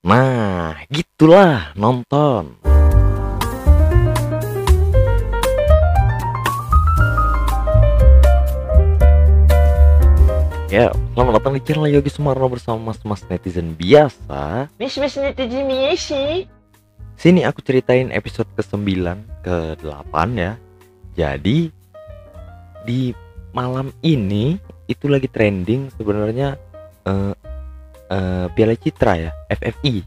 Nah, gitulah nonton. Ya, selamat datang di channel Yogi Sumarno bersama mas-mas netizen biasa. Mas netizen biasa. Sini aku ceritain episode ke-9, ke-8 ya. Jadi di malam ini itu lagi trending sebenarnya Piala Citra ya, FFI.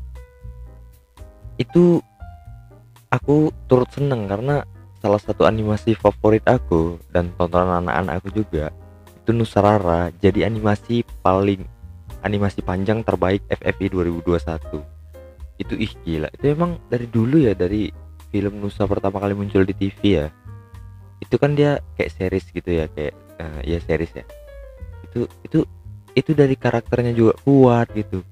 Itu aku turut seneng karena salah satu animasi favorit aku dan tontonan anak-anak aku juga itu Nusarara jadi animasi panjang terbaik FFI 2021. Itu gila, itu emang dari dulu ya, dari film Nusa pertama kali muncul di TV ya, itu kan dia kayak series gitu ya, kayak ya series ya, itu dari karakternya juga kuat gitu.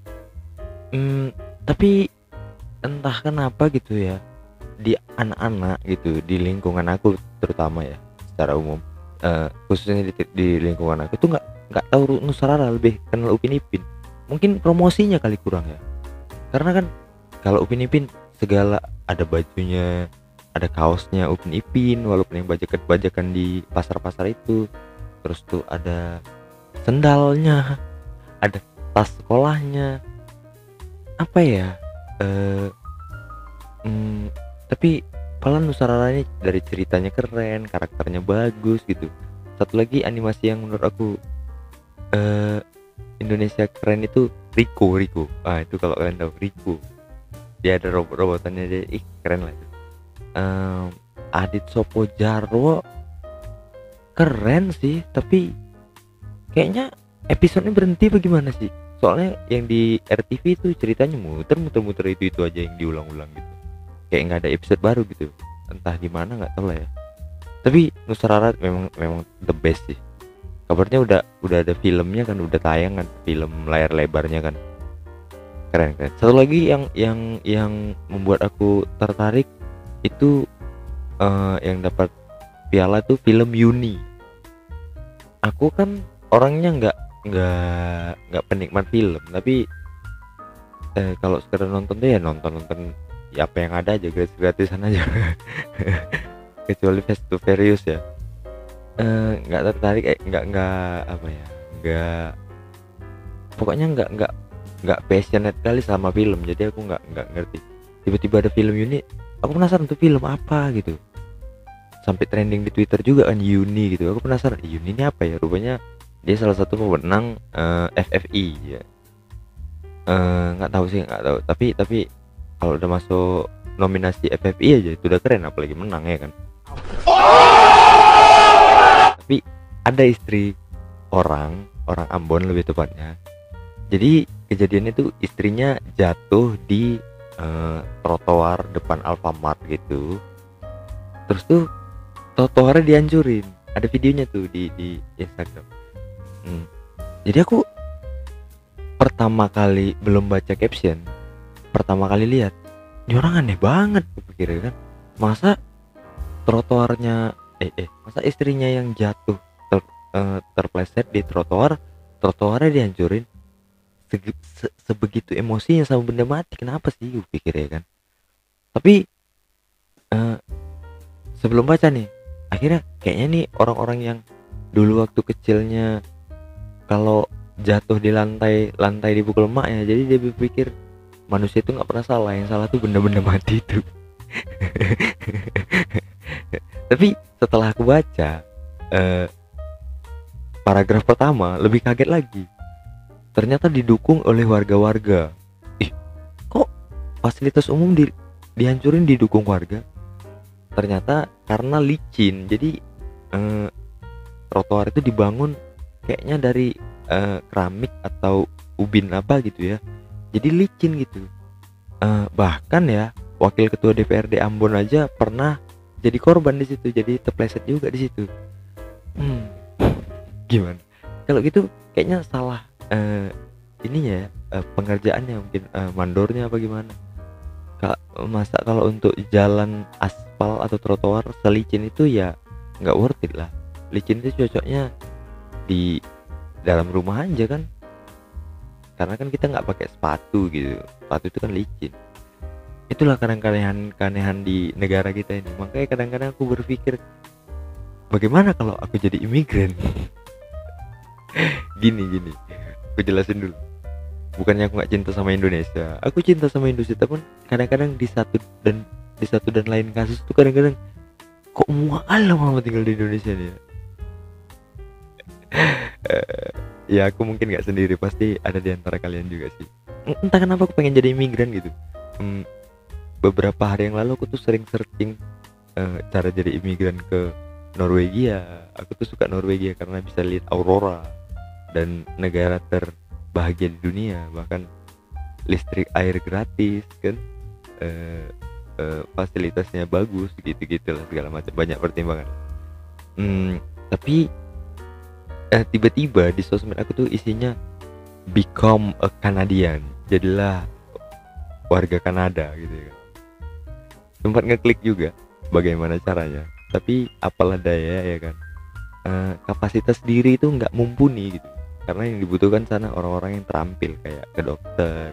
Tapi entah kenapa gitu ya, di anak-anak gitu, di lingkungan aku terutama ya secara umum, khususnya di lingkungan aku tuh nggak tahu Nusarara, lebih kenal Upin Ipin. Mungkin promosinya kali kurang ya, karena kan kalau Upin Ipin segala ada bajunya, ada kaosnya Upin Ipin walaupun yang bajakan di pasar-pasar itu, terus tuh ada sendalnya, ada tas sekolahnya, apa ya, tapi Palan Nusarara ini dari ceritanya keren, karakternya bagus gitu. Satu lagi animasi yang menurut aku Indonesia keren itu Rico. Itu kalau kalian tahu Rico, dia ada robotannya, dia keren lah itu. Adit Sopo Jarwo keren sih, tapi kayaknya episodenya berhenti bagaimana sih, soalnya yang di RTV itu ceritanya muter itu aja yang diulang-ulang gitu, kayak nggak ada episode baru gitu, entah gimana nggak tahu lah ya. Tapi Nusarara memang the best sih. Kabarnya udah ada filmnya kan, udah tayang kan, film layar lebarnya kan, keren. Satu lagi yang membuat aku tertarik itu yang dapat piala tuh film Yuni. Aku kan orangnya nggak penikmat film, tapi kalau sekedar nonton tuh ya nonton ya apa yang ada aja, gratisan aja. Kecuali Fast to Furious ya, nggak tertarik, nggak apa ya, pokoknya nggak passionate kali sama film, jadi aku nggak ngerti. Tiba-tiba ada film Yuni, aku penasaran tuh film apa gitu, sampai trending di Twitter juga kan Yuni gitu. Aku penasaran Yuni ini apa ya, rupanya dia salah satu pemenang FFI ya. Nggak tahu, tapi kalau udah masuk nominasi FFI aja itu udah keren, apalagi menang ya kan. Tapi ada istri orang Ambon lebih tepatnya, jadi kejadiannya tuh istrinya jatuh di trotoar depan Alfamart gitu, terus tuh trotoarnya dihancurin, ada videonya tuh di Instagram. Jadi aku pertama kali belum baca caption, pertama kali lihat ini orang aneh banget, kupikir kan, masa trotoarnya masa istrinya yang jatuh terpleset di trotoarnya dihancurin, sebegitu emosinya sama benda mati, kenapa sih, kupikir ya kan. Tapi sebelum baca nih, akhirnya kayaknya nih orang-orang yang dulu waktu kecilnya kalau jatuh di lantai dipukul emaknya, jadi dia berpikir manusia itu nggak pernah salah, yang salah tuh benda-benda mati itu. Tapi setelah aku baca paragraf pertama, lebih kaget lagi, ternyata didukung oleh warga-warga. Kok fasilitas umum dihancurin didukung warga? Ternyata karena licin, jadi trotoar itu dibangun kayaknya dari keramik atau ubin apa gitu ya, jadi licin gitu. Bahkan ya wakil ketua DPRD Ambon aja pernah jadi korban di situ, jadi terpleset juga di situ. Gimana kalau gitu, kayaknya salah ininya ya, pengerjaannya mungkin, mandornya apa gimana. Masa kalau untuk jalan aspal atau trotoar selicin itu ya nggak worth it lah. Licin itu cocoknya di dalam rumah aja kan, karena kan kita nggak pakai sepatu gitu, sepatu itu kan licin. Itulah kadang keanehan di negara kita ini. Makanya kadang-kadang aku berpikir, bagaimana kalau aku jadi imigran? Gini, aku jelasin dulu. Bukannya aku nggak cinta sama Indonesia, aku cinta sama Indonesia, tapi kadang-kadang di satu dan lain kasus tuh kadang-kadang kok mual mau tinggal di Indonesia nih ya. Ya aku mungkin nggak sendiri, pasti ada di antara kalian juga sih. Entah kenapa aku pengen jadi imigran gitu. Beberapa hari yang lalu aku tuh sering searching cara jadi imigran ke Norwegia. Aku tuh suka Norwegia karena bisa lihat aurora dan negara terbahagia di dunia, bahkan listrik air gratis kan, fasilitasnya bagus gitu-gitulah, segala macam, banyak pertimbangan. Tapi tiba-tiba di sosmed aku tuh isinya become a Canadian, jadilah warga Kanada gitu ya. Sempat ngeklik juga bagaimana caranya, tapi apalah daya ya kan, kapasitas diri itu nggak mumpuni gitu, karena yang dibutuhkan sana orang-orang yang terampil kayak ke dokter,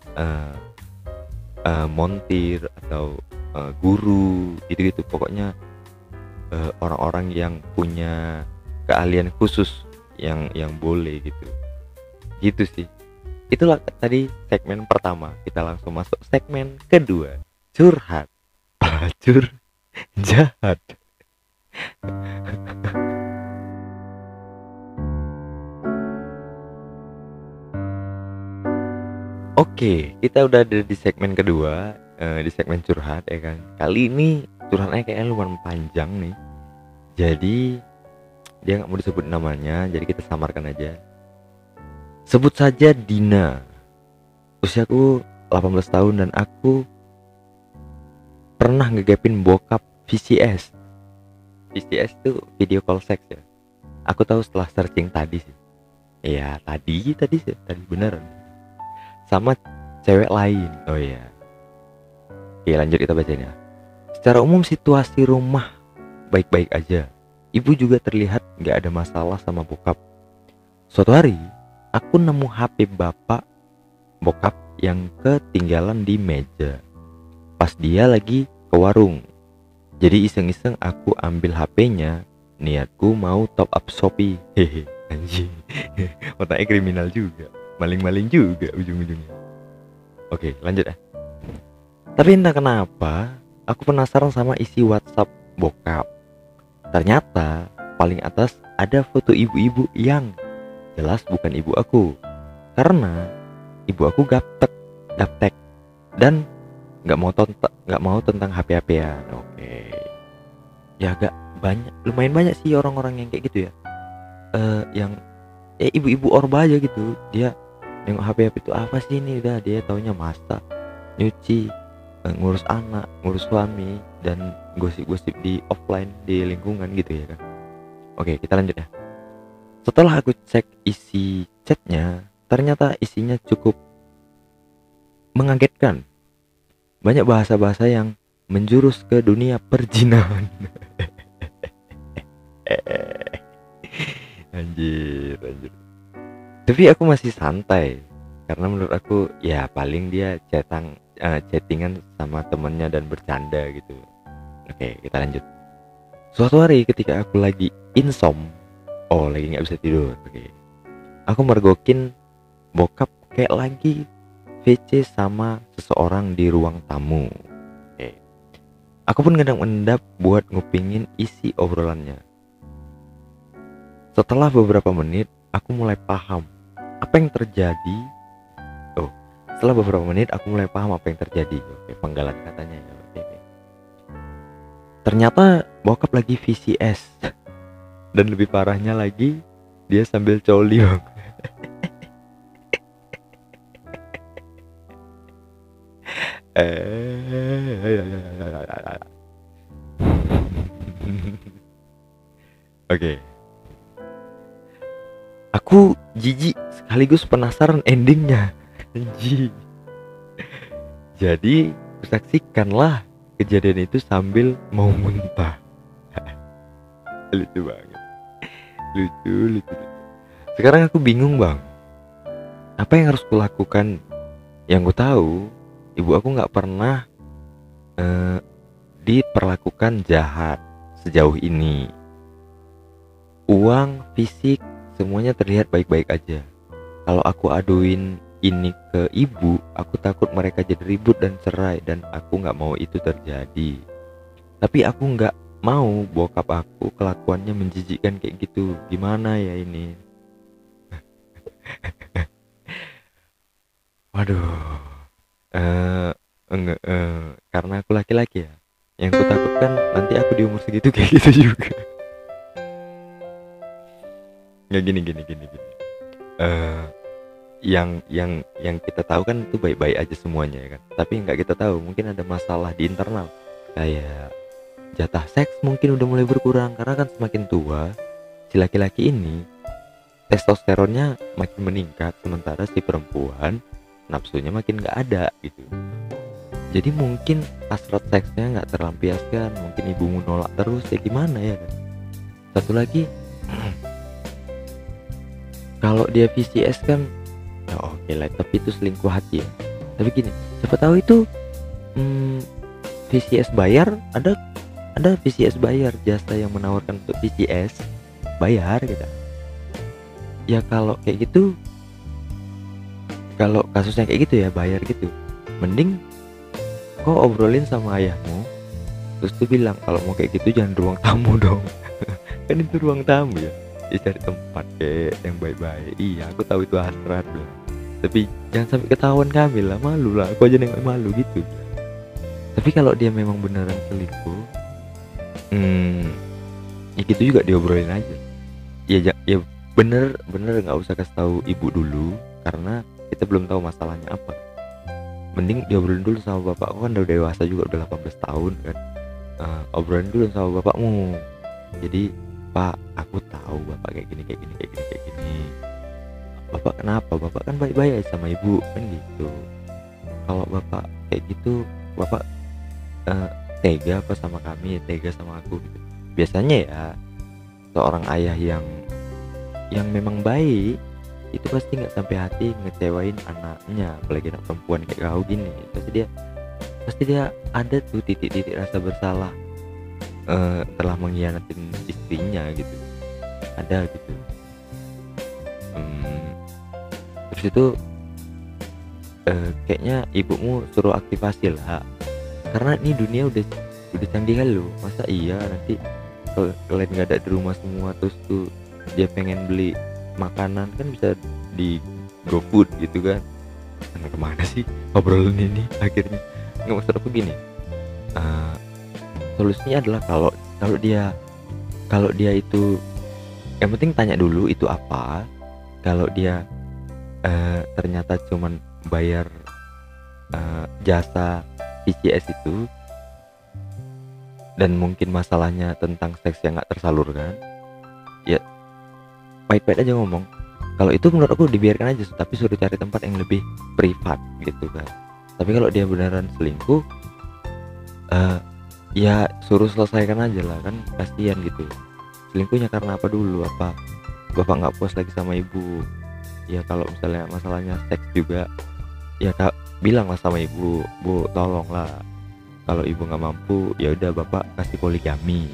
montir atau guru gitu-gitu, pokoknya orang-orang yang punya keahlian khusus yang boleh gitu sih. Itulah tadi segmen pertama, kita langsung masuk segmen kedua, curhat pelacur jahat. Oke, kita udah ada di segmen kedua, di segmen curhat ya kan. Kali ini curhatnya kayaknya lumayan panjang nih. Jadi dia nggak mau disebut namanya, jadi kita samarkan aja. Sebut saja Dina. Usiaku 18 tahun dan aku pernah ngegapin bokap VCS. VCS itu video call seks ya. Aku tahu setelah searching tadi sih. Iya, tadi beneran. Sama cewek lain. Oh iya. Oke, lanjut kita bacain ya. Secara umum situasi rumah baik-baik aja. Ibu juga terlihat gak ada masalah sama bokap. Suatu hari, aku nemu HP bokap yang ketinggalan di meja pas dia lagi ke warung. Jadi iseng-iseng aku ambil HP-nya, niatku mau top up Shopee. Hehe, anjing. Otaknya kriminal juga, maling-maling juga ujung-ujungnya. Oke, lanjut ya. Tapi entah kenapa, aku penasaran sama isi WhatsApp bokap. Ternyata paling atas ada foto ibu-ibu yang jelas bukan ibu aku, karena ibu aku gaptek dan nggak mau tentang HP-HPan. Oke, ya agak lumayan banyak sih orang-orang yang kayak gitu ya, yang ibu-ibu orba aja gitu. Dia nengok HP itu apa sih ini, udah dia taunya masak, nyuci, ngurus anak, ngurus suami, dan gosip-gosip di offline, di lingkungan gitu ya kan. Oke, kita lanjut ya. Setelah aku cek isi chatnya, ternyata isinya cukup mengagetkan. Banyak bahasa-bahasa yang menjurus ke dunia perjinahan. Anjir. Tapi aku masih santai, karena menurut aku ya paling dia chattingan sama temennya dan bercanda gitu. Oke, kita lanjut. Suatu hari ketika aku lagi lagi nggak bisa tidur. Oke, aku mergokin bokap kayak lagi VC sama seseorang di ruang tamu. Oke, aku pun ngedap-ngedap buat ngupingin isi obrolannya. Setelah beberapa menit, aku mulai paham apa yang terjadi. Setelah beberapa menit aku mulai paham apa yang terjadi. Oke, penggalan katanya ya. Oke. Ternyata bokap lagi VCS. Dan lebih parahnya lagi, dia sambil coli, Bang. Oke. Aku jijik sekaligus penasaran endingnya. Anjing. Jadi saksikanlah kejadian itu sambil mau muntah. Lucu banget. Lucu. Sekarang aku bingung, Bang. Apa yang harus kulakukan? Yang ku tahu, ibu aku nggak pernah diperlakukan jahat sejauh ini. Uang, fisik, semuanya terlihat baik-baik aja. Kalau aku aduin ini ke ibu, aku takut mereka jadi ribut dan cerai, dan aku nggak mau itu terjadi. Tapi aku nggak mau bokap aku kelakuannya menjijikkan kayak gitu. Gimana ya ini? Waduh, enggak, karena aku laki-laki ya. Yang ku takutkan nanti aku di umur segitu kayak gitu juga. Nggak gini. Eh, yang kita tahu kan itu baik-baik aja semuanya ya kan. Tapi nggak kita tahu mungkin ada masalah di internal. Kayak jatah seks mungkin udah mulai berkurang karena kan semakin tua si laki-laki ini testosteronnya makin meningkat, sementara si perempuan nafsunya makin nggak ada gitu. Jadi mungkin hasrat seksnya nggak terlampiaskan, mungkin ibumu nolak terus, ya gimana ya kan. Satu lagi, kalau dia VCS kan ya oke lah, tapi itu selingkuh hati ya. Tapi gini, siapa tahu itu VCS bayar, ada VCS bayar, jasa yang menawarkan untuk VCS bayar gitu. Ya kalau kayak gitu, kalau kasusnya kayak gitu ya bayar gitu, mending kau obrolin sama ayahmu, terus tuh bilang kalau mau kayak gitu jangan ruang tamu dong. Kan itu ruang tamu ya, cari tempat kayak yang baik-baik. Iya aku tahu itu hasrat loh, tapi jangan sampai ketahuan kami lah, malu lah, aku aja nengok malu gitu. Tapi kalau dia memang beneran selingkuh, ya gitu juga diobrolin aja. Ya bener nggak usah kasih tahu ibu dulu karena kita belum tahu masalahnya apa. Mending diobrolin dulu sama bapak. Aku kan udah dewasa juga, udah 18 tahun kan. Obrolin dulu sama bapakmu. Jadi pak, aku tahu bapak kayak gini. Bapak kenapa? Bapak kan baik-baik aja sama ibu kan gitu. Kalau bapak kayak gitu, bapak tega apa sama kami, tega sama aku gitu. Biasanya ya seorang ayah yang memang baik itu pasti nggak sampai hati ngecewain anaknya, apalagi anak perempuan kayak kau gini. Pasti dia ada tuh titik-titik rasa bersalah telah mengkhianatin istrinya gitu, ada gitu. Terus itu kayaknya ibumu suruh aktivasi lah, karena ini dunia udah canggih kali loh. Masa iya nanti kalau kalian nggak ada di rumah semua, terus tuh dia pengen beli makanan kan bisa di GoFood gitu kan. Nah, kemana sih obrolan ini akhirnya? Nggak, maksud aku gini, solusinya adalah kalau dia itu, yang penting tanya dulu itu apa. Kalau dia ternyata cuman bayar jasa VCS itu, dan mungkin masalahnya tentang seks yang nggak tersalurkan, ya baik-baik aja ngomong. Kalau itu menurut aku dibiarkan aja, tapi suruh cari tempat yang lebih privat gitu kan. Tapi kalau dia beneran selingkuh, ya suruh selesaikan aja lah, kan kasihan gitu. Selingkuhnya karena apa dulu? Apa bapak nggak puas lagi sama ibu? Ya kalau misalnya masalahnya seks juga, ya kak bilanglah sama ibu, bu tolonglah, kalau ibu nggak mampu ya udah bapak kasih poligami.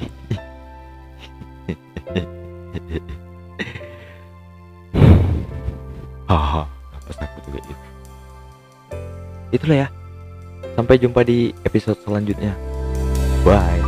Haha, pas aku juga gitu. Itulah ya. Sampai jumpa di episode selanjutnya. Bye.